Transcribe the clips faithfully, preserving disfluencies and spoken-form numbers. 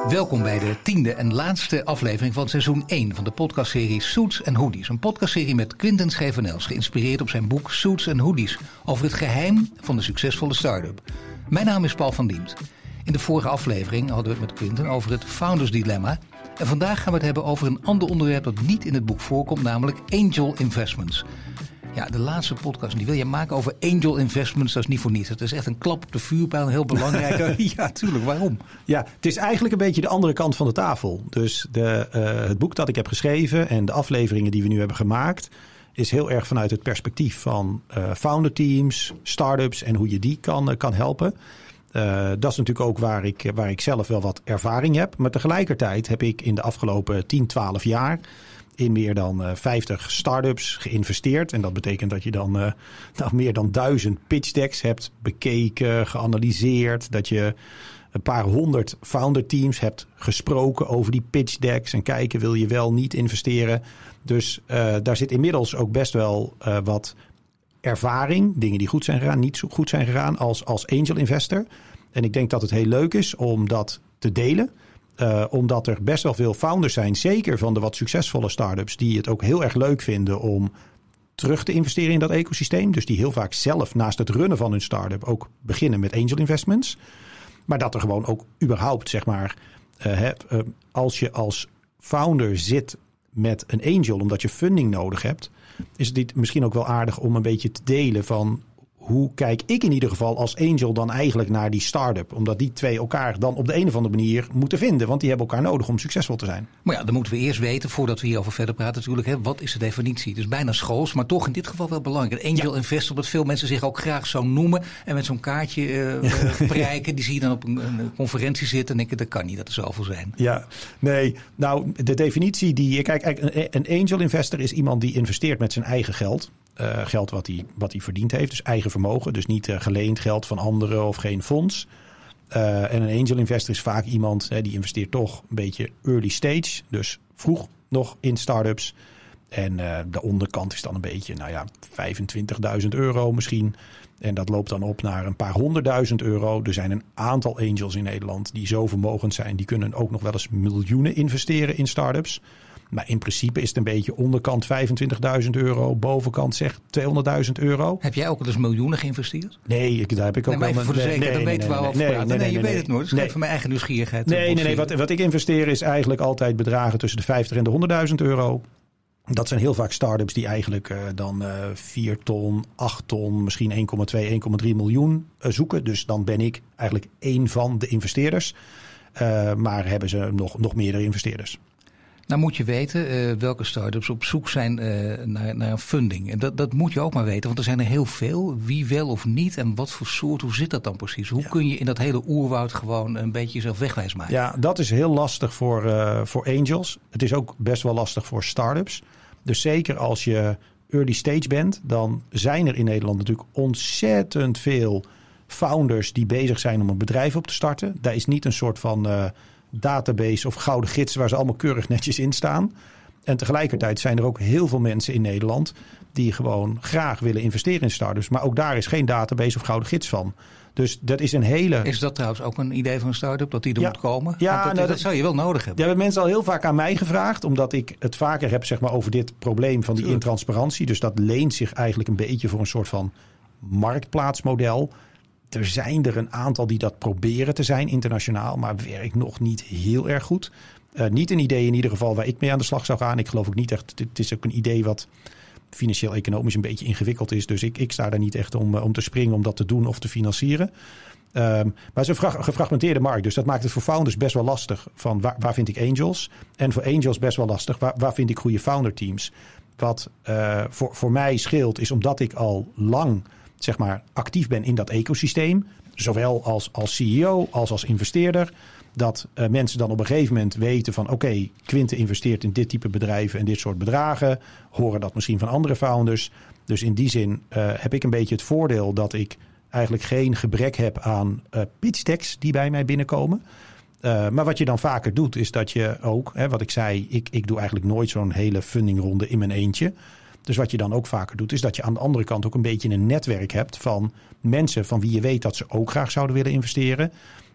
Welkom bij de tiende en laatste aflevering van seizoen één van de podcastserie Suits and Hoodies. Een podcastserie met Quinten Schevenels, geïnspireerd op zijn boek Suits and Hoodies over het geheim van de succesvolle start-up. Mijn naam is Paul van Diemt. In de vorige aflevering hadden we het met Quinten over het Founders Dilemma. En vandaag gaan we het hebben over een ander onderwerp dat niet in het boek voorkomt, namelijk angel investments. Ja, de laatste podcast die wil je maken over angel investments, dat is niet voor niets. Het is echt een klap op de vuurpijl, heel belangrijk. Ja, tuurlijk. Waarom? Ja, het is eigenlijk een beetje de andere kant van de tafel. Dus de, uh, het boek dat ik heb geschreven en de afleveringen die we nu hebben gemaakt is heel erg vanuit het perspectief van uh, founder teams, start-ups en hoe je die kan, uh, kan helpen. Uh, dat is natuurlijk ook waar ik, waar ik zelf wel wat ervaring heb. Maar tegelijkertijd heb ik in de afgelopen tien, twaalf jaar in meer dan uh, vijftig start-ups geïnvesteerd. En dat betekent dat je dan uh, nou, meer dan duizend pitch decks hebt bekeken, geanalyseerd. Dat je een paar honderd founder teams hebt gesproken over die pitch decks. En kijken, wil je wel niet investeren? Dus uh, daar zit inmiddels ook best wel uh, wat ervaring. Dingen die goed zijn gegaan, niet zo goed zijn gegaan als, als angel investor. En ik denk dat het heel leuk is om dat te delen. Uh, omdat er best wel veel founders zijn, zeker van de wat succesvolle start-ups, die het ook heel erg leuk vinden om terug te investeren in dat ecosysteem. Dus die heel vaak zelf naast het runnen van hun start-up ook beginnen met angel investments. Maar dat er gewoon ook überhaupt, zeg maar, uh, hè, uh, als je als founder zit met een angel omdat je funding nodig hebt, is het misschien ook wel aardig om een beetje te delen van hoe kijk ik in ieder geval als angel dan eigenlijk naar die start-up? Omdat die twee elkaar dan op de een of andere manier moeten vinden. Want die hebben elkaar nodig om succesvol te zijn. Maar ja, dan moeten we eerst weten, voordat we hierover verder praten natuurlijk, hè, wat is de definitie? Dus bijna schools, maar toch in dit geval wel belangrijk. Een angel ja. investor, omdat veel mensen zich ook graag zo noemen en met zo'n kaartje uh, prijken. Die zie je dan op een, een conferentie zitten en denken, dat kan niet, dat er zoveel zijn. Ja, nee. Nou, de definitie die, kijk, een, een angel investor is iemand die investeert met zijn eigen geld. Uh, geld wat hij, wat hij verdiend heeft, dus eigen vermogen. Dus niet uh, geleend geld van anderen of geen fonds. Uh, en een angel investor is vaak iemand hè, die investeert toch een beetje early stage. Dus vroeg nog in start-ups. En uh, de onderkant is dan een beetje, nou ja, vijfentwintigduizend euro misschien. En dat loopt dan op naar een paar honderdduizend euro. Er zijn een aantal angels in Nederland die zo vermogend zijn. Die kunnen ook nog wel eens miljoenen investeren in start-ups. Maar in principe is het een beetje onderkant vijfentwintigduizend euro, bovenkant zeg tweehonderdduizend euro. Heb jij ook al eens miljoenen geïnvesteerd? Nee, ik, daar heb ik ook nee, wel. Voor de nee, zekerheid, nee, dan nee, weten we nee, wel over praten. nee, Nee, nee, je nee, weet het nooit. Dus nee. van mijn eigen nieuwsgierigheid. Nee, nee, nee. Wat, wat ik investeer is eigenlijk altijd bedragen tussen de vijftig en de honderdduizend euro. Dat zijn heel vaak start-ups die eigenlijk uh, dan uh, vier ton, acht ton, misschien één komma twee, één komma drie miljoen uh, zoeken. Dus dan ben ik eigenlijk één van de investeerders. Uh, maar hebben ze nog, nog meerdere investeerders. Nou moet je weten uh, welke start-ups op zoek zijn uh, naar, naar funding. En dat, dat moet je ook maar weten, want er zijn er heel veel. Wie wel of niet en wat voor soort, hoe zit dat dan precies? Hoe ja. kun je in dat hele oerwoud gewoon een beetje jezelf wegwijs maken? Ja, dat is heel lastig voor, uh, voor angels. Het is ook best wel lastig voor start-ups. Dus zeker als je early stage bent, dan zijn er in Nederland natuurlijk ontzettend veel founders die bezig zijn om een bedrijf op te starten. Daar is niet een soort van Uh, database of gouden gids waar ze allemaal keurig netjes in staan. En tegelijkertijd zijn er ook heel veel mensen in Nederland die gewoon graag willen investeren in startups. Maar ook daar is geen database of gouden gids van. Dus dat is een hele. Is dat trouwens ook een idee van een start-up, dat die er ja. moet komen? Ja, dat, nou, dat zou je wel nodig hebben. Ja, hebben mensen al heel vaak aan mij gevraagd, omdat ik het vaker heb zeg maar, over dit probleem van die Tuurlijk. intransparantie. Dus dat leent zich eigenlijk een beetje voor een soort van marktplaatsmodel. Er zijn er een aantal die dat proberen te zijn internationaal, maar werkt nog niet heel erg goed. Uh, niet een idee in ieder geval waar ik mee aan de slag zou gaan. Ik geloof ook niet echt, het is ook een idee wat financieel-economisch een beetje ingewikkeld is. Dus ik, ik sta daar niet echt om, om te springen om dat te doen of te financieren. Um, maar het is een gefragmenteerde markt, dus dat maakt het voor founders best wel lastig. Van waar, waar vind ik angels? En voor angels best wel lastig, waar, waar vind ik goede founder teams? Wat uh, voor, voor mij scheelt is omdat ik al lang zeg maar actief ben in dat ecosysteem, zowel als, als C E O als als investeerder, dat uh, mensen dan op een gegeven moment weten van oké, okay, Quinten investeert in dit type bedrijven en dit soort bedragen, horen dat misschien van andere founders. Dus in die zin uh, heb ik een beetje het voordeel dat ik eigenlijk geen gebrek heb aan uh, pitch decks die bij mij binnenkomen. Uh, maar wat je dan vaker doet is dat je ook, hè, wat ik zei, ik, ik doe eigenlijk nooit zo'n hele fundingronde in mijn eentje. Dus wat je dan ook vaker doet, is dat je aan de andere kant ook een beetje een netwerk hebt van mensen van wie je weet dat ze ook graag zouden willen investeren.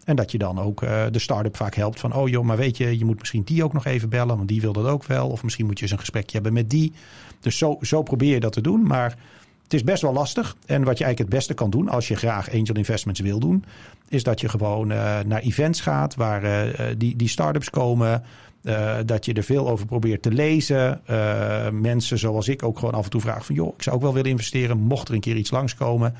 En dat je dan ook uh, de start-up vaak helpt van... oh joh, maar weet je, je moet misschien die ook nog even bellen... want die wil dat ook wel. Of misschien moet je eens een gesprekje hebben met die. Dus zo, zo probeer je dat te doen. Maar het is best wel lastig. En wat je eigenlijk het beste kan doen... als je graag angel investments wil doen... is dat je gewoon uh, naar events gaat... waar uh, die, die start-ups komen... Uh, dat je er veel over probeert te lezen. Uh, mensen zoals ik ook gewoon af en toe vragen van... joh, ik zou ook wel willen investeren... mocht er een keer iets langskomen...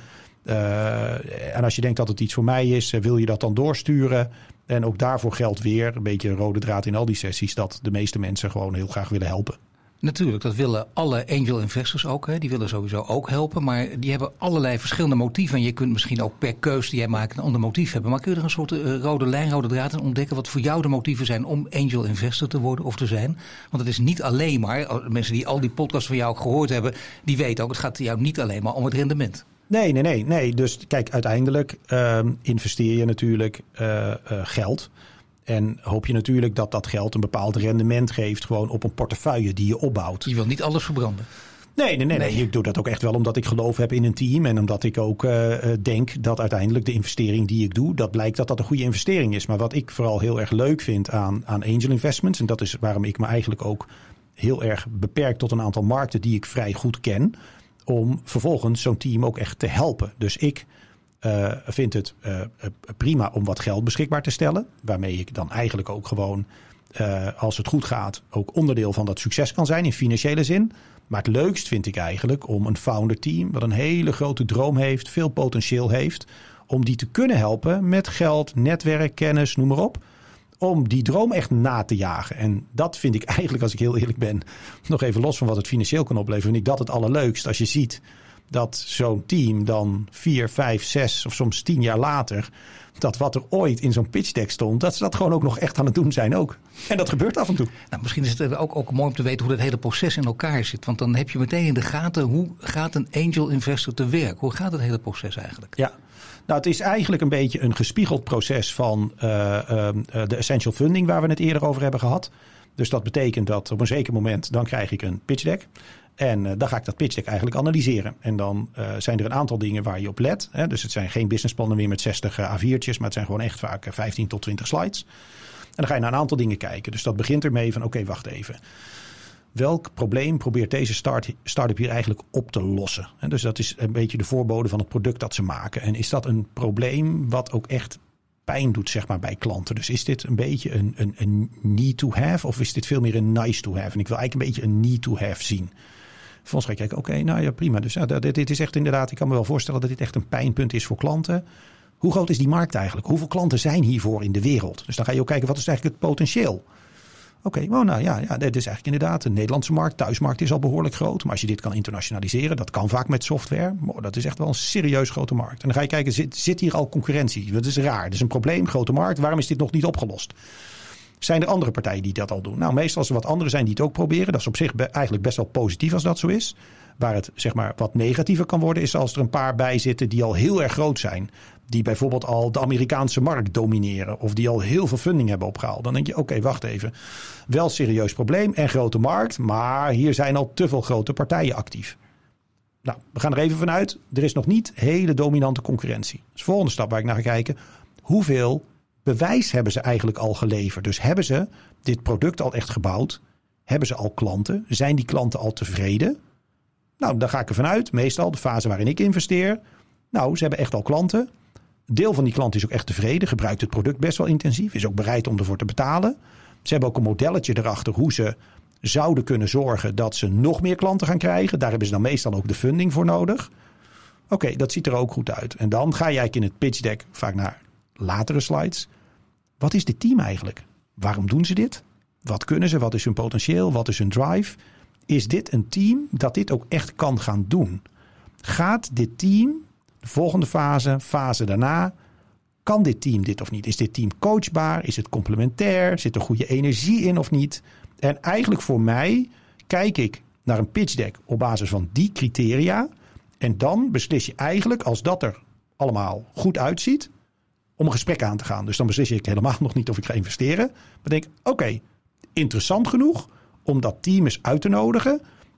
Uh, en als je denkt dat het iets voor mij is, wil je dat dan doorsturen. En ook daarvoor geldt weer, een beetje een rode draad in al die sessies... dat de meeste mensen gewoon heel graag willen helpen. Natuurlijk, dat willen alle angel investors ook. Hè. Die willen sowieso ook helpen, maar die hebben allerlei verschillende motieven. En je kunt misschien ook per keus die jij maakt een ander motief hebben. Maar kun je er een soort uh, rode lijn, rode draad in ontdekken... wat voor jou de motieven zijn om angel investor te worden of te zijn? Want het is niet alleen maar, mensen die al die podcasts van jou gehoord hebben... die weten ook, het gaat jou niet alleen maar om het rendement. Nee, nee, nee. nee. Dus kijk, uiteindelijk uh, investeer je natuurlijk uh, uh, geld. En hoop je natuurlijk dat dat geld een bepaald rendement geeft... gewoon op een portefeuille die je opbouwt. Je wil niet alles verbranden. Nee, nee, nee, nee. Ik doe dat ook echt wel omdat ik geloof heb in een team. En omdat ik ook uh, denk dat uiteindelijk de investering die ik doe... dat blijkt dat dat een goede investering is. Maar wat ik vooral heel erg leuk vind aan, aan angel investments... en dat is waarom ik me eigenlijk ook heel erg beperk tot een aantal markten... die ik vrij goed ken... om vervolgens zo'n team ook echt te helpen. Dus ik uh, vind het uh, prima om wat geld beschikbaar te stellen. Waarmee ik dan eigenlijk ook gewoon, uh, als het goed gaat... ook onderdeel van dat succes kan zijn in financiële zin. Maar het leukst vind ik eigenlijk om een founder team... wat een hele grote droom heeft, veel potentieel heeft... om die te kunnen helpen met geld, netwerk, kennis, noem maar op... om die droom echt na te jagen. En dat vind ik eigenlijk, als ik heel eerlijk ben... nog even los van wat het financieel kan opleveren... vind ik dat het allerleukst als je ziet dat zo'n team dan vier, vijf, zes of soms tien jaar later... dat wat er ooit in zo'n pitch deck stond... dat ze dat gewoon ook nog echt aan het doen zijn ook. En dat gebeurt af en toe. Nou, misschien is het ook, ook mooi om te weten hoe dat hele proces in elkaar zit. Want dan heb je meteen in de gaten... hoe gaat een angel investor te werk? Hoe gaat het hele proces eigenlijk? Ja. Nou, het is eigenlijk een beetje een gespiegeld proces van uh, uh, de essential funding... waar we het eerder over hebben gehad. Dus dat betekent dat op een zeker moment... dan krijg ik een pitch deck. En uh, dan ga ik dat pitch deck eigenlijk analyseren. En dan uh, zijn er een aantal dingen waar je op let. Hè? Dus het zijn geen businessplannen meer met zestig A viertjes... maar het zijn gewoon echt vaak vijftien tot twintig slides. En dan ga je naar een aantal dingen kijken. Dus dat begint ermee van, oké, okay, wacht even... welk probleem probeert deze start, start-up hier eigenlijk op te lossen? En dus dat is een beetje de voorbode van het product dat ze maken. En is dat een probleem wat ook echt pijn doet, zeg maar, bij klanten? Dus is dit een beetje een, een, een need to have of is dit veel meer een nice to have? En ik wil eigenlijk een beetje een need to have zien. Vervolgens ga ik kijken, oké, okay, nou ja, prima. Dus ja, dit, dit is echt inderdaad, ik kan me wel voorstellen dat dit echt een pijnpunt is voor klanten. Hoe groot is die markt eigenlijk? Hoeveel klanten zijn hiervoor in de wereld? Dus dan ga je ook kijken, wat is eigenlijk het potentieel? Oké, okay, oh, nou ja, ja, dit is eigenlijk inderdaad de Nederlandse markt. Thuismarkt is al behoorlijk groot. Maar als je dit kan internationaliseren, dat kan vaak met software. Maar dat is echt wel een serieus grote markt. En dan ga je kijken, zit, zit hier al concurrentie? Dat is raar. Dat is een probleem, grote markt. Waarom is dit nog niet opgelost? Zijn er andere partijen die dat al doen? Nou, meestal als er wat anderen zijn die het ook proberen. Dat is op zich be- eigenlijk best wel positief als dat zo is. Waar het zeg maar wat negatiever kan worden is als er een paar bij zitten die al heel erg groot zijn. Die bijvoorbeeld al de Amerikaanse markt domineren. Of die al heel veel funding hebben opgehaald. Dan denk je, oké, okay, wacht even. Wel serieus probleem en grote markt. Maar hier zijn al te veel grote partijen actief. Nou, we gaan er even vanuit. Er is nog niet hele dominante concurrentie. Dus de volgende stap waar ik naar ga kijken. Hoeveel bewijs hebben ze eigenlijk al geleverd? Dus hebben ze dit product al echt gebouwd? Hebben ze al klanten? Zijn die klanten al tevreden? Nou, daar ga ik ervan uit. Meestal de fase waarin ik investeer. Nou, ze hebben echt al klanten. Deel van die klanten is ook echt tevreden. Gebruikt het product best wel intensief. Is ook bereid om ervoor te betalen. Ze hebben ook een modelletje erachter hoe ze zouden kunnen zorgen dat ze nog meer klanten gaan krijgen. Daar hebben ze dan meestal ook de funding voor nodig. Oké, okay, dat ziet er ook goed uit. En dan ga je eigenlijk in het pitch deck vaak naar latere slides. Wat is dit team eigenlijk? Waarom doen ze dit? Wat kunnen ze? Wat is hun potentieel? Wat is hun drive? Is dit een team dat dit ook echt kan gaan doen? Gaat dit team, de volgende fase, fase daarna, kan dit team dit of niet? Is dit team coachbaar? Is het complementair? Zit er goede energie in of niet? En eigenlijk voor mij kijk ik naar een pitch deck op basis van die criteria. En dan beslis je eigenlijk, als dat er allemaal goed uitziet, om een gesprek aan te gaan. Dus dan beslis ik helemaal nog niet of ik ga investeren. Maar denk, oké, okay, interessant genoeg om dat team eens uit te nodigen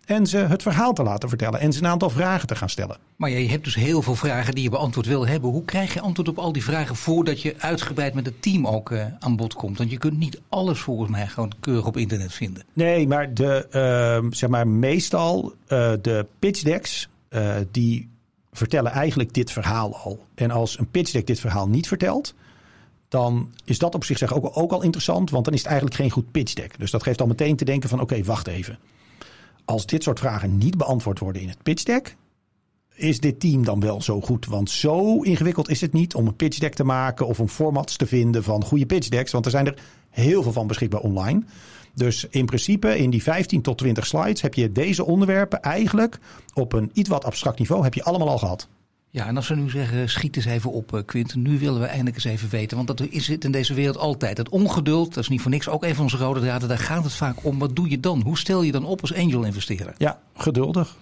En ze het verhaal te laten vertellen. En ze een aantal vragen te gaan stellen. Maar je hebt dus heel veel vragen die je beantwoord wil hebben. Hoe krijg je antwoord op al die vragen voordat je uitgebreid met het team ook uh, aan bod komt? Want je kunt niet alles volgens mij gewoon keurig op internet vinden. Nee, maar, de, uh, zeg maar meestal uh, de pitch decks uh, die vertellen eigenlijk dit verhaal al. En als een pitch deck dit verhaal niet vertelt, dan is dat op zich ook, ook al interessant. Want dan is het eigenlijk geen goed pitch deck. Dus dat geeft al meteen te denken van oké, okay, wacht even. Als dit soort vragen niet beantwoord worden in het pitch deck, is dit team dan wel zo goed? Want zo ingewikkeld is het niet om een pitch deck te maken of om formats te vinden van goede pitch decks. Want er zijn er heel veel van beschikbaar online. Dus in principe in die vijftien tot twintig slides heb je deze onderwerpen eigenlijk op een iets wat abstract niveau heb je allemaal al gehad. Ja, en als we nu zeggen, schiet eens even op, Quint. Nu willen we eindelijk eens even weten. Want dat is het in deze wereld altijd. Het ongeduld, dat is niet voor niks. Ook een van onze rode draden, daar gaat het vaak om. Wat doe je dan? Hoe stel je dan op als angel-investeerder? Ja, geduldig.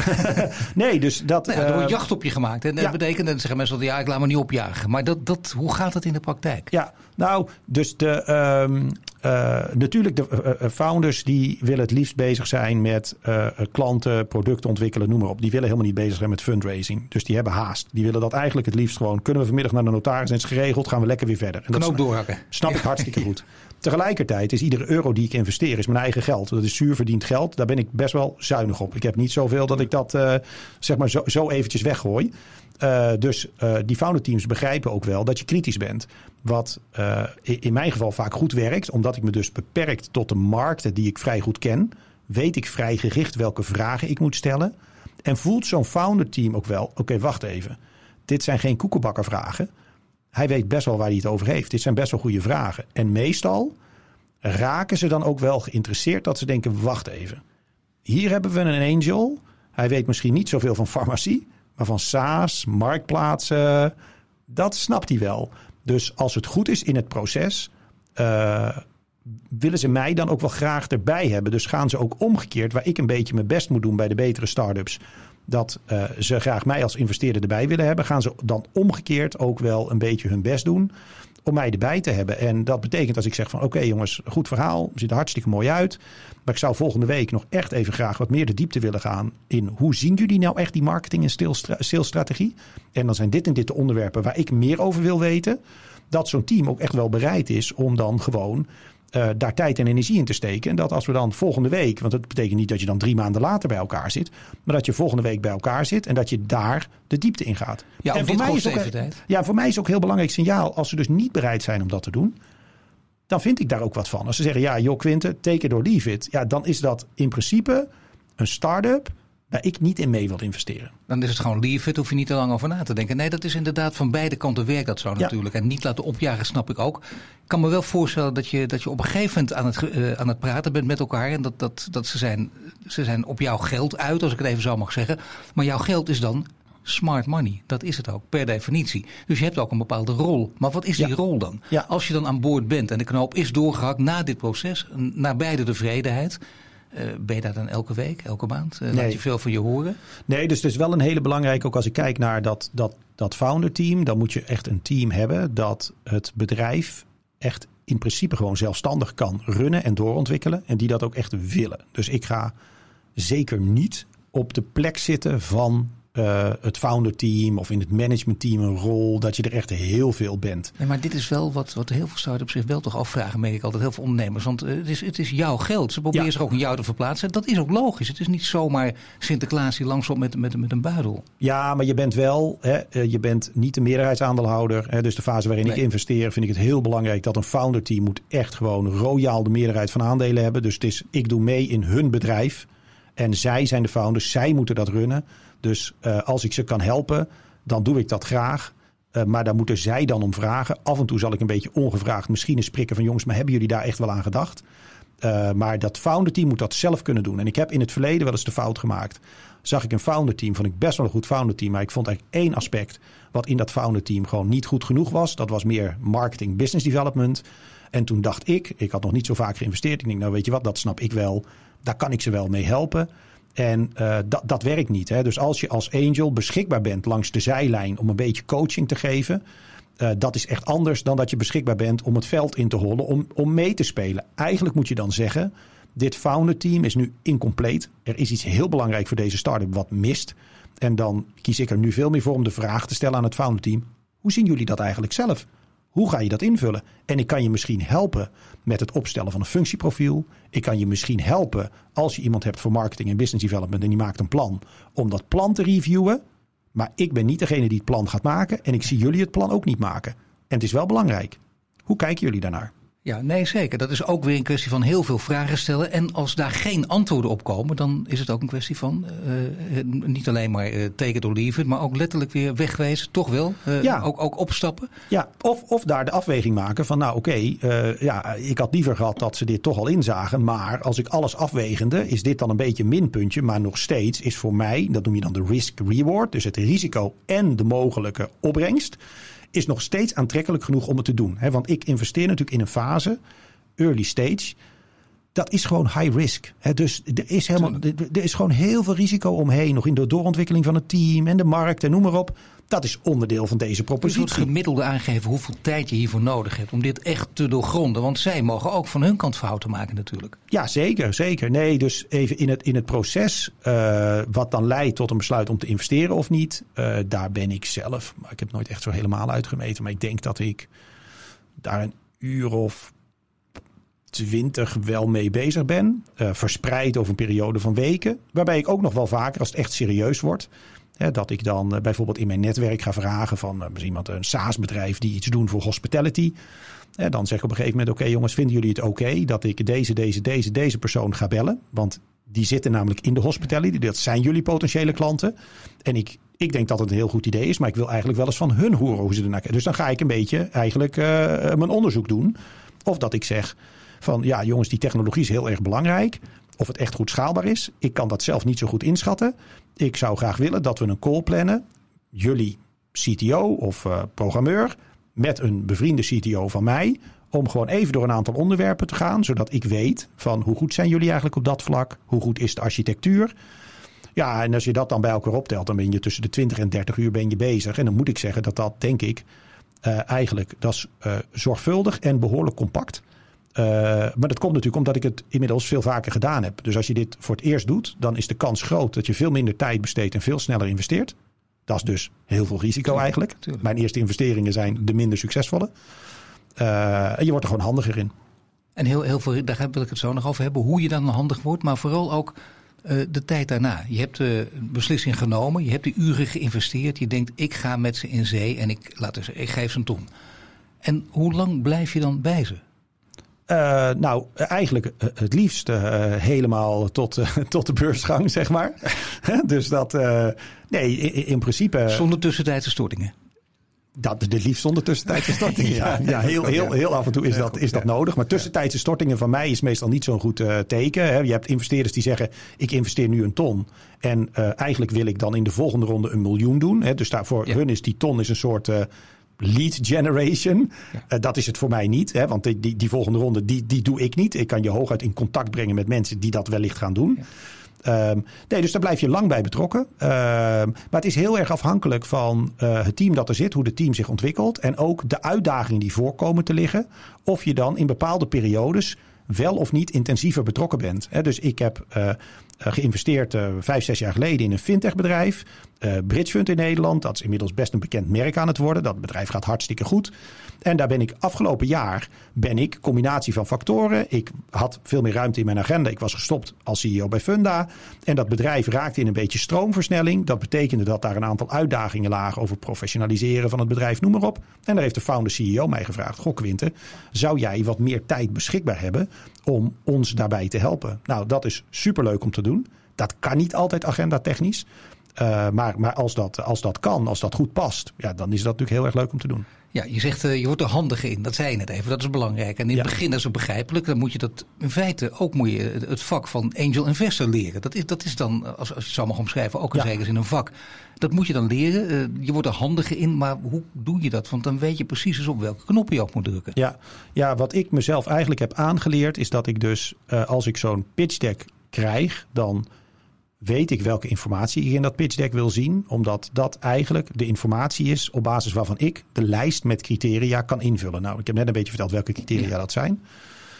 nee, dus dat... Nou ja, er wordt uh, jacht op je gemaakt. En dat ja. betekent, dan zeggen mensen, ja, ik laat me niet opjagen. Maar dat, dat, hoe gaat dat in de praktijk? Ja, nou, dus de, um, uh, natuurlijk de uh, founders die willen het liefst bezig zijn met uh, klanten, producten ontwikkelen, noem maar op. Die willen helemaal niet bezig zijn met fundraising. Dus die hebben haast. Die willen dat eigenlijk het liefst gewoon, kunnen we vanmiddag naar de notaris en het is geregeld, gaan we lekker weer verder. En kan dat ook doorhakken. Snap ik hartstikke goed. Tegelijkertijd is iedere euro die ik investeer is mijn eigen geld. Dat is zuur verdiend geld. Daar ben ik best wel zuinig op. Ik heb niet zoveel dat ik dat uh, zeg maar zo, zo eventjes weggooi. Uh, dus uh, die founder teams begrijpen ook wel dat je kritisch bent. Wat uh, in mijn geval vaak goed werkt. Omdat ik me dus beperkt tot de markten die ik vrij goed ken. Weet ik vrij gericht welke vragen ik moet stellen. En voelt zo'n founder team ook wel. Oké, okay, wacht even. Dit zijn geen koekenbakkervragen. Hij weet best wel waar hij het over heeft. Dit zijn best wel goede vragen. En meestal raken ze dan ook wel geïnteresseerd dat ze denken, wacht even. Hier hebben we een angel. Hij weet misschien niet zoveel van farmacie, maar van SaaS, marktplaatsen, dat snapt hij wel. Dus als het goed is in het proces, uh, willen ze mij dan ook wel graag erbij hebben. Dus gaan ze ook omgekeerd, waar ik een beetje mijn best moet doen bij de betere start-ups, dat uh, ze graag mij als investeerder erbij willen hebben, gaan ze dan omgekeerd ook wel een beetje hun best doen om mij erbij te hebben. En dat betekent als ik zeg van oké okay, jongens, goed verhaal, ziet er hartstikke mooi uit. Maar ik zou volgende week nog echt even graag wat meer de diepte willen gaan in hoe zien jullie nou echt die marketing en salesstrategie? En dan zijn dit en dit de onderwerpen waar ik meer over wil weten. Dat zo'n team ook echt wel bereid is om dan gewoon Uh, daar tijd en energie in te steken. En dat als we dan volgende week, want dat betekent niet dat je dan drie maanden later bij elkaar zit, maar dat je volgende week bij elkaar zit en dat je daar de diepte in gaat. Ja, en voor mij is ook, tijd. Ja, voor mij is ook een heel belangrijk signaal, als ze dus niet bereid zijn om dat te doen, dan vind ik daar ook wat van. Als ze zeggen, ja joh Quinte, take it or leave it. Ja, dan is dat in principe een start-up waar ik niet in mee wil investeren. Dan is het gewoon leave it, hoef je niet te lang over na te denken. Nee, dat is inderdaad van beide kanten werkt dat zo natuurlijk. Ja. En niet laten opjagen, snap ik ook. Ik kan me wel voorstellen dat je, dat je op een gegeven moment aan het, uh, aan het praten bent met elkaar. En dat, dat, dat ze, zijn, ze zijn op jouw geld uit, als ik het even zo mag zeggen. Maar jouw geld is dan smart money. Dat is het ook, per definitie. Dus je hebt ook een bepaalde rol. Maar wat is die ja. rol dan? Ja. Als je dan aan boord bent en de knoop is doorgehakt na dit proces, naar beide tevredenheid. Uh, ben je daar dan elke week, elke maand? Uh, nee. Laat je veel van je horen? Nee, dus het is wel een hele belangrijke, ook als ik kijk naar dat, dat, dat founder team, dan moet je echt een team hebben dat het bedrijf echt in principe gewoon zelfstandig kan runnen en doorontwikkelen. En die dat ook echt willen. Dus ik ga zeker niet op de plek zitten van Uh, het founder team of in het management team een rol, dat je er echt heel veel bent. Nee, maar dit is wel wat, wat heel veel start-ups zich wel toch afvragen, merk ik altijd, heel veel ondernemers. Want uh, het, is, het is jouw geld. Ze proberen ja. zich ook in jou te verplaatsen. Dat is ook logisch. Het is niet zomaar Sinterklaas die langsloopt met, met, met een buidel. Ja, maar je bent wel, hè, je bent niet de meerderheidsaandeelhouder. Hè, dus de fase waarin nee. ik investeer, vind ik het heel belangrijk dat een founder team moet echt gewoon royaal de meerderheid van aandelen hebben. Dus het is, ik doe mee in hun bedrijf. En zij zijn de founders, zij moeten dat runnen. Dus uh, als ik ze kan helpen, dan doe ik dat graag. Uh, maar daar moeten zij dan om vragen. Af en toe zal ik een beetje ongevraagd misschien eens prikken van jongens, maar hebben jullie daar echt wel aan gedacht? Uh, maar dat founder team moet dat zelf kunnen doen. En ik heb in het verleden wel eens de fout gemaakt. Zag ik een founder team, vond ik best wel een goed founder team. Maar ik vond eigenlijk één aspect wat in dat founder team gewoon niet goed genoeg was. Dat was meer marketing, business development. En toen dacht ik, ik had nog niet zo vaak geïnvesteerd. Ik denk, nou weet je wat, dat snap ik wel. Daar kan ik ze wel mee helpen. En uh, dat, dat werkt niet. Hè? Dus als je als angel beschikbaar bent langs de zijlijn om een beetje coaching te geven, Uh, dat is echt anders dan dat je beschikbaar bent om het veld in te hollen, om, om mee te spelen. Eigenlijk moet je dan zeggen, dit founder team is nu incompleet. Er is iets heel belangrijk voor deze start-up wat mist. En dan kies ik er nu veel meer voor om de vraag te stellen aan het founder team. Hoe zien jullie dat eigenlijk zelf? Hoe ga je dat invullen? En ik kan je misschien helpen met het opstellen van een functieprofiel. Ik kan je misschien helpen als je iemand hebt voor marketing en business development en die maakt een plan om dat plan te reviewen. Maar ik ben niet degene die het plan gaat maken en ik zie jullie het plan ook niet maken. En het is wel belangrijk. Hoe kijken jullie daarnaar? Ja, nee, zeker. Dat is ook weer een kwestie van heel veel vragen stellen. En als daar geen antwoorden op komen, dan is het ook een kwestie van uh, niet alleen maar uh, take it or leave it, maar ook letterlijk weer wegwezen. Toch wel? Uh, ja. ook, ook opstappen? Ja, of, of daar de afweging maken van nou oké, okay, uh, ja, ik had liever gehad dat ze dit toch al inzagen. Maar als ik alles afwegende, is dit dan een beetje een minpuntje. Maar nog steeds is voor mij, dat noem je dan de risk-reward, dus het risico en de mogelijke opbrengst, is nog steeds aantrekkelijk genoeg om het te doen. He, want ik investeer natuurlijk in een fase, early stage. Dat is gewoon high risk. He, dus er is, helemaal, er is gewoon heel veel risico omheen. Nog in de doorontwikkeling van het team en de markt en noem maar op. Dat is onderdeel van deze propositie. Dus wordt gemiddelde aangegeven hoeveel tijd je hiervoor nodig hebt om dit echt te doorgronden. Want zij mogen ook van hun kant fouten maken natuurlijk. Ja, zeker. zeker. Nee, dus even in het, in het proces uh, wat dan leidt tot een besluit om te investeren of niet. Uh, daar ben ik zelf, maar ik heb het nooit echt zo helemaal uitgemeten. Maar ik denk dat ik daar een uur of twintig wel mee bezig ben. Uh, verspreid over een periode van weken. Waarbij ik ook nog wel vaker, als het echt serieus wordt, Hè, dat ik dan uh, bijvoorbeeld in mijn netwerk ga vragen van uh, iemand, een SaaS-bedrijf die iets doen voor hospitality. Hè, dan zeg ik op een gegeven moment, oké okay, jongens, vinden jullie het oké okay dat ik deze, deze, deze, deze persoon ga bellen? Want die zitten namelijk in de hospitality. Dat zijn jullie potentiële klanten. En ik, ik denk dat het een heel goed idee is, maar ik wil eigenlijk wel eens van hun horen hoe ze ernaar kijken. Dus dan ga ik een beetje eigenlijk uh, mijn onderzoek doen. Of dat ik zeg van ja jongens, die technologie is heel erg belangrijk. Of het echt goed schaalbaar is. Ik kan dat zelf niet zo goed inschatten. Ik zou graag willen dat we een call plannen. Jullie C T O of uh, programmeur met een bevriende C T O van mij. Om gewoon even door een aantal onderwerpen te gaan. Zodat ik weet van hoe goed zijn jullie eigenlijk op dat vlak. Hoe goed is de architectuur. Ja, en als je dat dan bij elkaar optelt, dan ben je tussen de twintig en dertig uur ben je bezig. En dan moet ik zeggen dat dat, denk ik, uh, eigenlijk dat is uh, zorgvuldig en behoorlijk compact. Uh, maar dat komt natuurlijk omdat ik het inmiddels veel vaker gedaan heb. Dus als je dit voor het eerst doet, dan is de kans groot dat je veel minder tijd besteedt en veel sneller investeert. Dat is dus heel veel risico tuurlijk, eigenlijk. Tuurlijk. Mijn eerste investeringen zijn de minder succesvolle. Uh, en je wordt er gewoon handiger in. En heel, heel veel, daar wil ik het zo nog over hebben, hoe je dan handig wordt, maar vooral ook uh, de tijd daarna. Je hebt de uh, beslissing genomen, je hebt die uren geïnvesteerd. Je denkt, ik ga met ze in zee en ik, laten we zeggen, ik geef ze een ton. En hoe lang blijf je dan bij ze? Uh, nou, eigenlijk uh, het liefst uh, helemaal tot, uh, tot de beursgang, zeg maar. Dus dat, uh, nee, in, in principe. Zonder tussentijdse stortingen. Dat is het liefst zonder tussentijdse stortingen. Ja, ja heel, heel, heel af en toe is dat, is dat nodig. Maar tussentijdse stortingen van mij is meestal niet zo'n goed uh, teken. Hè. Je hebt investeerders die zeggen, ik investeer nu een ton. En uh, eigenlijk wil ik dan in de volgende ronde een miljoen doen. Hè. Dus daarvoor ja. hun is die ton is een soort Uh, lead generation. Ja. Uh, dat is het voor mij niet. Hè, want die, die, die volgende ronde, die, die doe ik niet. Ik kan je hooguit in contact brengen met mensen die dat wellicht gaan doen. Ja. Um, nee, dus daar blijf je lang bij betrokken. Um, maar het is heel erg afhankelijk van uh, het team dat er zit. Hoe het team zich ontwikkelt. En ook de uitdagingen die voorkomen te liggen. Of je dan in bepaalde periodes wel of niet intensiever betrokken bent. Hè, dus ik heb uh, geïnvesteerd uh, vijf, zes jaar geleden in een fintechbedrijf. Uh, Bridgefund in Nederland. Dat is inmiddels best een bekend merk aan het worden. Dat bedrijf gaat hartstikke goed. En daar ben ik afgelopen jaar, ben ik, combinatie van factoren. Ik had veel meer ruimte in mijn agenda. Ik was gestopt als C E O bij Funda. En dat bedrijf raakte in een beetje stroomversnelling. Dat betekende dat daar een aantal uitdagingen lagen over professionaliseren van het bedrijf, noem maar op. En daar heeft de founder C E O mij gevraagd. Goh, Quinten, zou jij wat meer tijd beschikbaar hebben om ons daarbij te helpen? Nou, dat is superleuk om te doen. Dat kan niet altijd agenda technisch. Uh, maar maar als, dat, als dat kan, als dat goed past, ja, dan is dat natuurlijk heel erg leuk om te doen. Ja, je zegt uh, je wordt er handig in. Dat zei je net even. Dat is belangrijk. En in ja. het begin is het begrijpelijk. Dan moet je dat in feite ook moet je het vak van angel investor leren. Dat is, dat is dan, als, als je het zo mag omschrijven, ook een ja. zekere in een vak. Dat moet je dan leren. Uh, je wordt er handiger in. Maar hoe doe je dat? Want dan weet je precies eens op welke knop je op moet drukken. Ja, ja, wat ik mezelf eigenlijk heb aangeleerd is dat ik dus uh, als ik zo'n pitch deck krijg, dan weet ik welke informatie ik in dat pitch deck wil zien. Omdat dat eigenlijk de informatie is op basis waarvan ik de lijst met criteria kan invullen. Nou, ik heb net een beetje verteld welke criteria ja. dat zijn.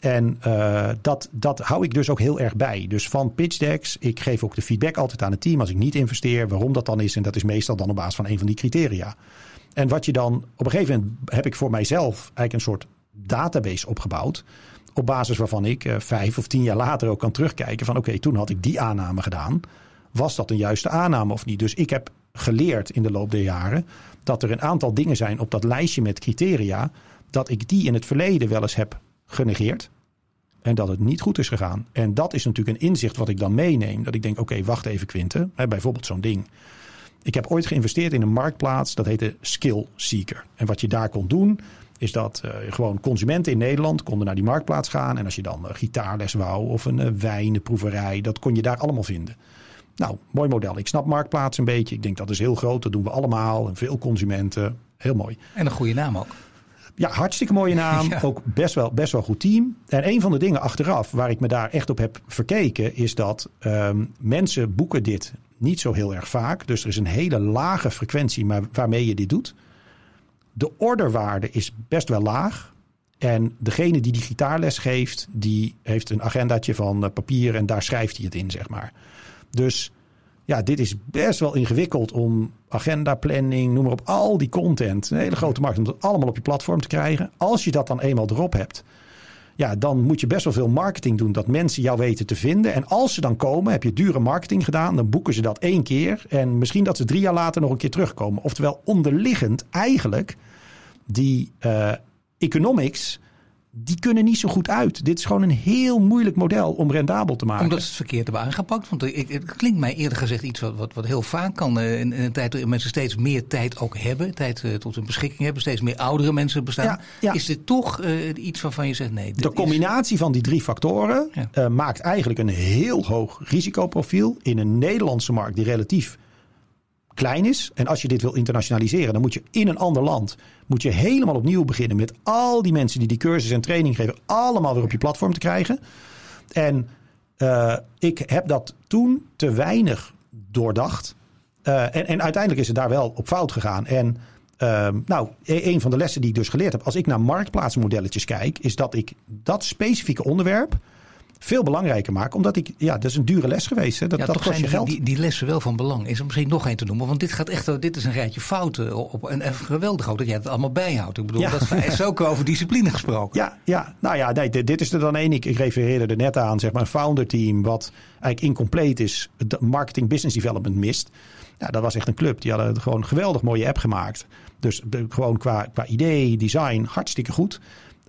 En uh, dat, dat hou ik dus ook heel erg bij. Dus van pitch decks, ik geef ook de feedback altijd aan het team als ik niet investeer, waarom dat dan is. En dat is meestal dan op basis van een van die criteria. En wat je dan, op een gegeven moment heb ik voor mijzelf eigenlijk een soort database opgebouwd. Op basis waarvan ik uh, vijf of tien jaar later ook kan terugkijken van oké, okay, toen had ik die aanname gedaan. Was dat een juiste aanname of niet? Dus ik heb geleerd in de loop der jaren dat er een aantal dingen zijn op dat lijstje met criteria, dat ik die in het verleden wel eens heb genegeerd. En dat het niet goed is gegaan. En dat is natuurlijk een inzicht wat ik dan meeneem. Dat ik denk, oké, okay, wacht even Quinten. Hè, bijvoorbeeld zo'n ding. Ik heb ooit geïnvesteerd in een marktplaats. Dat heette Skill Seeker. En wat je daar kon doen, is dat uh, gewoon consumenten in Nederland konden naar die marktplaats gaan. En als je dan uh, gitaarles wou of een uh, wijnproeverij, dat kon je daar allemaal vinden. Nou, mooi model. Ik snap marktplaats een beetje. Ik denk dat is heel groot. Dat doen we allemaal. En veel consumenten. Heel mooi. En een goede naam ook. Ja, hartstikke mooie naam. Ja. Ook best wel, best wel goed team. En een van de dingen achteraf waar ik me daar echt op heb verkeken, is dat um, mensen boeken dit niet zo heel erg vaak. Dus er is een hele lage frequentie maar waarmee je dit doet. De orderwaarde is best wel laag. En degene die die gitaarles geeft, die heeft een agendaatje van uh, papier en daar schrijft hij het in, zeg maar. Dus ja, dit is best wel ingewikkeld om agenda, planning, noem maar op, al die content, een hele grote markt, om dat allemaal op je platform te krijgen. Als je dat dan eenmaal erop hebt, ja, dan moet je best wel veel marketing doen, dat mensen jou weten te vinden. En als ze dan komen, heb je dure marketing gedaan, dan boeken ze dat één keer. En misschien dat ze drie jaar later nog een keer terugkomen. Oftewel onderliggend eigenlijk, die uh, economics, die kunnen niet zo goed uit. Dit is gewoon een heel moeilijk model om rendabel te maken. Omdat ze het verkeerd hebben aangepakt. Want het, het klinkt mij eerder gezegd iets wat, wat, wat heel vaak kan. Uh, in, in een tijd waarin mensen steeds meer tijd ook hebben. Tijd uh, tot hun beschikking hebben. Steeds meer oudere mensen bestaan. Ja, ja. Is dit toch uh, iets waarvan je zegt nee. De combinatie is... van die drie factoren ja. uh, maakt eigenlijk een heel hoog risicoprofiel in een Nederlandse markt die relatief klein is. En als je dit wil internationaliseren, dan moet je in een ander land moet je helemaal opnieuw beginnen met al die mensen die die cursus en training geven, allemaal weer op je platform te krijgen. En uh, ik heb dat toen te weinig doordacht. Uh, en, en uiteindelijk is het daar wel op fout gegaan. En uh, nou, een van de lessen die ik dus geleerd heb, als ik naar marktplaatsmodelletjes kijk, is dat ik dat specifieke onderwerp veel belangrijker maken. Omdat ik, ja, dat is een dure les geweest. Hè. Dat, ja, dat toch kost zijn je geld. Die, die lessen wel van belang. Is er misschien nog één te noemen. Want dit gaat echt, dit is een rijtje fouten op. En geweldig ook dat jij het allemaal bijhoudt. Ik bedoel, ja. Dat is ook over discipline gesproken. Ja, ja. Nou ja, nee, dit, dit is er dan één. Ik, ik refereerde er net aan, zeg maar, een founder team wat eigenlijk incompleet is. Marketing business development mist. Ja, dat was echt een club. Die hadden gewoon een geweldig mooie app gemaakt. Dus de, gewoon qua, qua idee, design, hartstikke goed.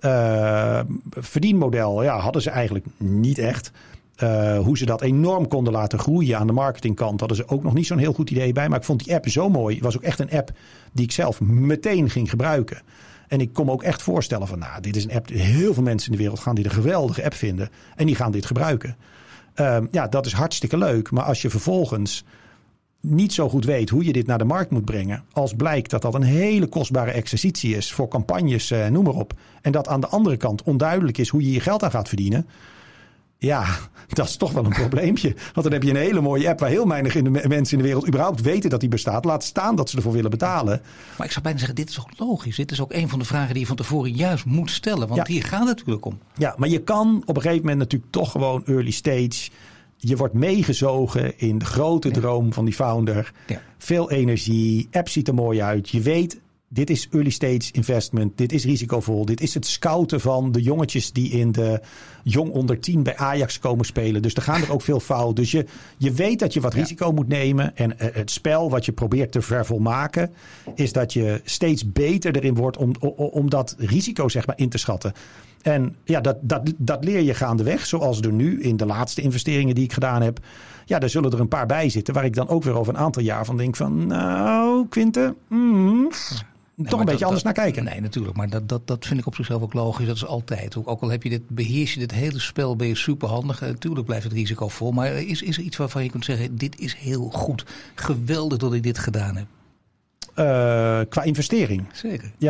Uh, verdienmodel, ja, hadden ze eigenlijk niet echt. Uh, hoe ze dat enorm konden laten groeien aan de marketingkant, hadden ze ook nog niet zo'n heel goed idee bij. Maar ik vond die app zo mooi. Het was ook echt een app die ik zelf meteen ging gebruiken. En ik kon me ook echt voorstellen van, nou, dit is een app. Heel veel mensen in de wereld gaan die een geweldige app vinden. En die gaan dit gebruiken. Uh, ja, dat is hartstikke leuk. Maar als je vervolgens niet zo goed weet hoe je dit naar de markt moet brengen, als blijkt dat dat een hele kostbare exercitie is voor campagnes, uh, noem maar op. En dat aan de andere kant onduidelijk is hoe je je geld aan gaat verdienen. Ja, dat is toch wel een probleempje. Want dan heb je een hele mooie app waar heel weinig in de mensen in de wereld überhaupt weten dat die bestaat. Laat staan dat ze ervoor willen betalen. Maar ik zou bijna zeggen, dit is ook logisch. Dit is ook een van de vragen die je van tevoren juist moet stellen. Want ja. Hier gaat het natuurlijk om. Ja, maar je kan op een gegeven moment natuurlijk toch gewoon early stage. Je wordt meegezogen in de grote droom ja. van die founder. Ja. Veel energie, app ziet er mooi uit. Je weet, dit is early stage investment. Dit is risicovol. Dit is het scouten van de jongetjes die in de jong onder tien bij Ajax komen spelen. Dus er gaan er ook veel fout. Dus je, je weet dat je wat risico ja. moet nemen. En uh, het spel wat je probeert te vervolmaken is dat je steeds beter erin wordt om, om, om dat risico zeg maar in te schatten. En ja, dat, dat, dat leer je gaandeweg. Zoals er nu in de laatste investeringen die ik gedaan heb. Ja, daar zullen er een paar bij zitten. Waar ik dan ook weer over een aantal jaar van denk van, nou, Quinten, mm, nee, toch een beetje dat, anders dat, naar kijken. Nee, natuurlijk. Maar dat, dat, dat vind ik op zichzelf ook logisch. Dat is altijd. Ook, ook al heb je dit, beheers je dit hele spel, ben je superhandig. Natuurlijk blijft het risicovol. Maar is, is er iets waarvan je kunt zeggen, dit is heel goed. Geweldig dat ik dit gedaan heb. Uh, qua investering? Zeker. Ja.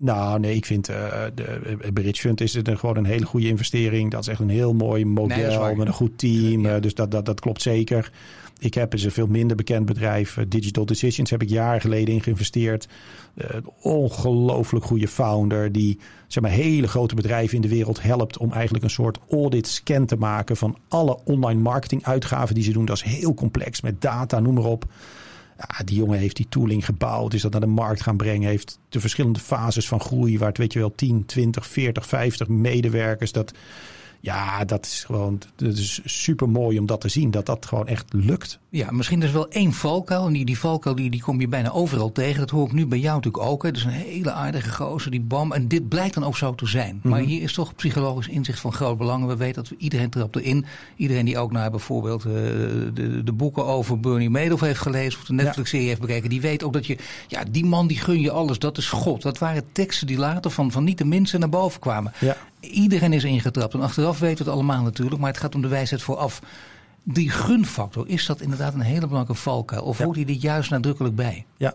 Nou, nee, ik vind uh, de Bridge Fund is een, gewoon een hele goede investering. Dat is echt een heel mooi model nee, met een goed team. Ja. Uh, dus dat, dat, dat klopt zeker. Ik heb eens een veel minder bekend bedrijf, uh, Digital Decisions, heb ik jaren geleden in geïnvesteerd. Uh, een ongelooflijk goede founder die zeg maar, hele grote bedrijven in de wereld helpt om eigenlijk een soort audit scan te maken van alle online marketing uitgaven die ze doen. Dat is heel complex met data, noem maar op. Ja, die jongen heeft die tooling gebouwd, is dat naar de markt gaan brengen, heeft de verschillende fases van groei, waar het weet je wel tien, twintig, veertig, vijftig medewerkers. Dat, ja, dat is gewoon dat is super mooi om dat te zien, dat dat gewoon echt lukt. Ja, misschien is wel één valkuil. En die, die valkuil die, die kom je bijna overal tegen. Dat hoor ik nu bij jou natuurlijk ook. Hè. Dus een hele aardige gozer, die bam. En dit blijkt dan ook zo te zijn. Mm-hmm. Maar hier is toch psychologisch inzicht van groot belang. We weten dat we, iedereen trapt erin. Iedereen die ook naar bijvoorbeeld uh, de, de boeken over Bernie Madoff heeft gelezen. Of de Netflix-serie ja. heeft bekeken. Die weet ook dat je, ja, die man die gun je alles. Dat is God. Dat waren teksten die later van, van niet de minste naar boven kwamen. Ja. Iedereen is ingetrapt. En achteraf weten we het allemaal natuurlijk. Maar het gaat om de wijsheid vooraf. Die gunfactor, is dat inderdaad een hele belangrijke valkuil? Of ja. hoort hij dit juist nadrukkelijk bij? Ja,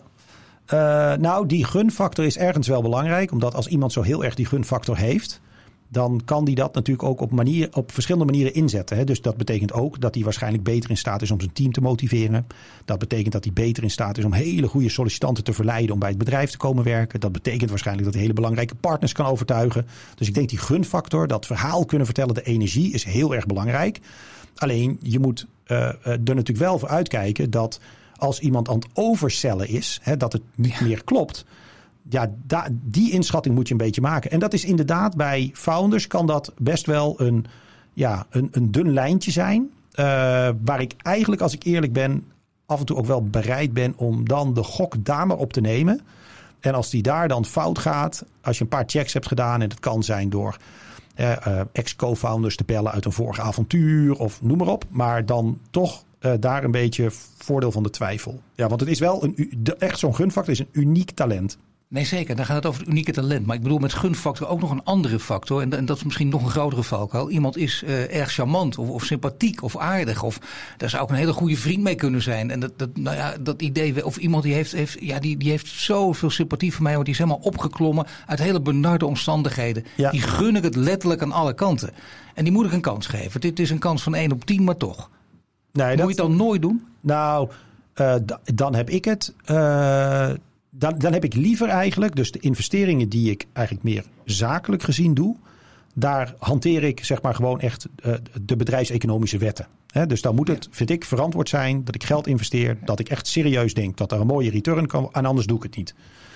uh, nou die gunfactor is ergens wel belangrijk. Omdat als iemand zo heel erg die gunfactor heeft, dan kan die dat natuurlijk ook op, manier, op verschillende manieren inzetten. Hè? Dus dat betekent ook dat hij waarschijnlijk beter in staat is om zijn team te motiveren. Dat betekent dat hij beter in staat is om hele goede sollicitanten te verleiden om bij het bedrijf te komen werken. Dat betekent waarschijnlijk dat hij hele belangrijke partners kan overtuigen. Dus ik denk die gunfactor, dat verhaal kunnen vertellen, de energie is heel erg belangrijk. Alleen je moet uh, er natuurlijk wel voor uitkijken dat als iemand aan het oversellen is, hè, dat het niet ja. meer klopt. Ja, da, die inschatting moet je een beetje maken. En dat is inderdaad bij founders kan dat best wel een, ja, een, een dun lijntje zijn. Uh, waar ik eigenlijk, als ik eerlijk ben, af en toe ook wel bereid ben om dan de gok daar maar op te nemen. En als die daar dan fout gaat, als je een paar checks hebt gedaan, en dat kan zijn door Uh, uh, ex-co-founders te bellen uit een vorige avontuur of noem maar op. Maar dan toch uh, daar een beetje voordeel van de twijfel. Ja, want het is wel een, de, echt zo'n gunfactor is een uniek talent. Nee, zeker. Dan gaat het over het unieke talent. Maar ik bedoel met gunfactor ook nog een andere factor. En, en dat is misschien nog een grotere valkuil. Iemand is uh, erg charmant of, of sympathiek of aardig. Of daar zou ook een hele goede vriend mee kunnen zijn. En dat, dat, nou ja, dat idee, of iemand die heeft, heeft, ja, die, die heeft zoveel sympathie voor mij. Want die is helemaal opgeklommen uit hele benarde omstandigheden. Ja. Die gun ik het letterlijk aan alle kanten. En die moet ik een kans geven. Dit is een kans van één op tien, maar toch. Nee, moet dat, je het dan nooit doen? Nou, uh, d- dan heb ik het... Uh, Dan, dan heb ik liever eigenlijk, dus de investeringen die ik eigenlijk meer zakelijk gezien doe, daar hanteer ik zeg maar gewoon echt uh, de bedrijfseconomische wetten. He, dus dan moet het, vind ik, verantwoord zijn dat ik geld investeer, dat ik echt serieus denk dat er een mooie return kan, en anders doe ik het niet.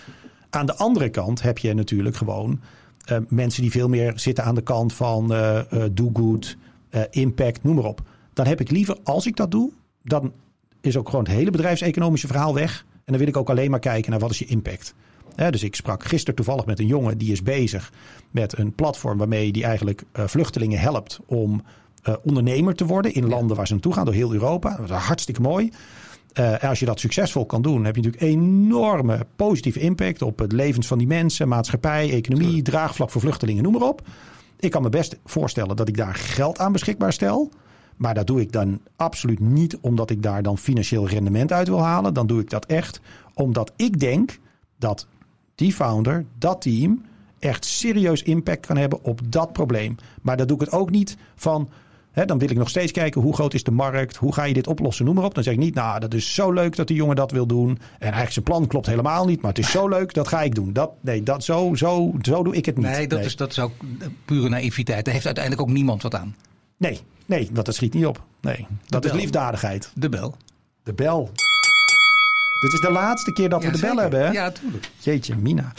Aan de andere kant heb je natuurlijk gewoon uh, mensen die veel meer zitten aan de kant van uh, uh, do good, uh, impact, noem maar op. Dan heb ik liever, als ik dat doe, dan is ook gewoon het hele bedrijfseconomische verhaal weg. En dan wil ik ook alleen maar kijken naar wat is je impact. He, dus ik sprak gisteren toevallig met een jongen die is bezig met een platform waarmee die eigenlijk uh, vluchtelingen helpt om uh, ondernemer te worden in landen waar ze naartoe gaan door heel Europa. Dat is hartstikke mooi. Uh, en als je dat succesvol kan doen, heb je natuurlijk enorme positieve impact op het levens van die mensen, maatschappij, economie, Sorry. draagvlak voor vluchtelingen, noem maar op. Ik kan me best voorstellen dat ik daar geld aan beschikbaar stel. Maar dat doe ik dan absoluut niet omdat ik daar dan financieel rendement uit wil halen. Dan doe ik dat echt omdat ik denk dat die founder, dat team, echt serieus impact kan hebben op dat probleem. Maar dat doe ik het ook niet van, hè, dan wil ik nog steeds kijken hoe groot is de markt, hoe ga je dit oplossen, noem maar op. Dan zeg ik niet, nou dat is zo leuk dat die jongen dat wil doen. En eigenlijk zijn plan klopt helemaal niet, maar het is zo leuk, dat ga ik doen. Dat, nee, dat, zo, zo, zo doe ik het niet. Nee, dat, nee. Is, dat is ook pure naïviteit. Daar heeft uiteindelijk ook niemand wat aan. Nee, nee, want dat schiet niet op. Nee, dat is liefdadigheid. De bel. De bel. Dit is de laatste keer dat ja, we de bel zeker. hebben. Hè? Ja, tuurlijk. Jeetje, Mina.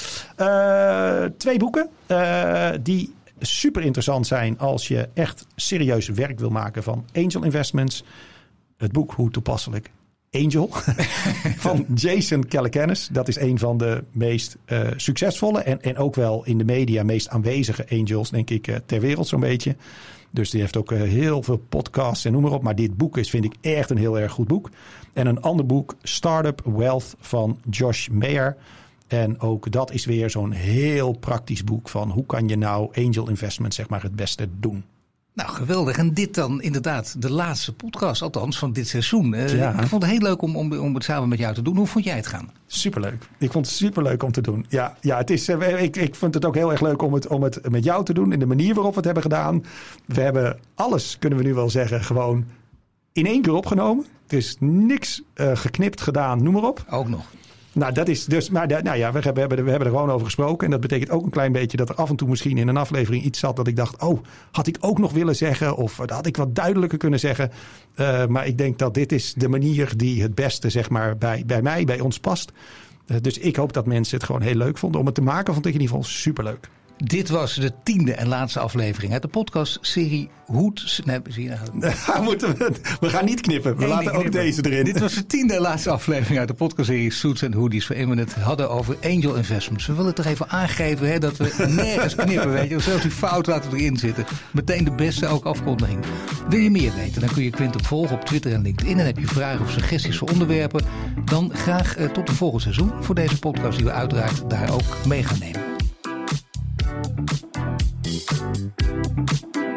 Uh, twee boeken uh, die super interessant zijn als je echt serieus werk wil maken van angel investments. Het boek Hoe toepasselijk Angel van Jason Calacanis. Dat is een van de meest uh, succesvolle en, en ook wel in de media meest aanwezige angels, denk ik, uh, ter wereld zo'n beetje. Dus die heeft ook uh, heel veel podcasts en noem maar op. Maar dit boek is, vind ik, echt een heel erg goed boek. En een ander boek, Startup Wealth van Josh Mayer. En ook dat is weer zo'n heel praktisch boek van hoe kan je nou angel investment zeg maar het beste doen. Nou, geweldig. En dit dan inderdaad de laatste podcast, althans van dit seizoen. Uh, ja. Ik vond het heel leuk om, om, om het samen met jou te doen. Hoe vond jij het gaan? Superleuk. Ik vond het superleuk om te doen. Ja, ja het is, uh, ik, ik vond het ook heel erg leuk om het, om het met jou te doen. In de manier waarop we het hebben gedaan. We hebben alles, kunnen we nu wel zeggen, gewoon in één keer opgenomen. Er is niks uh, geknipt, gedaan, noem maar op. Ook nog. Nou, dat is dus. Maar nou ja, we hebben, we hebben er gewoon over gesproken. En dat betekent ook een klein beetje dat er af en toe misschien in een aflevering iets zat dat ik dacht, oh, had ik ook nog willen zeggen? Of dat had ik wat duidelijker kunnen zeggen. Uh, maar ik denk dat dit is de manier die het beste, zeg maar, bij, bij mij, bij ons past. Uh, dus ik hoop dat mensen het gewoon heel leuk vonden. Om het te maken vond ik in ieder geval superleuk. Dit was de tiende en laatste aflevering uit de podcastserie Hoed. Nee, zie je nou. We gaan niet knippen. We Eén laten ook knippen. Deze erin. Dit was de tiende en laatste aflevering uit de podcastserie Suits and Hoodies. Waarin we het hadden over angel investments. We willen toch even aangeven hè, dat we nergens knippen. Weet je. Zelfs die fout laten we erin zitten. Meteen de beste ook afkondiging. Wil je meer weten? Dan kun je Quinten volgen op Twitter en LinkedIn. En heb je vragen of suggesties voor onderwerpen? Dan graag uh, tot de volgende seizoen voor deze podcast die we uiteraard daar ook mee gaan nemen.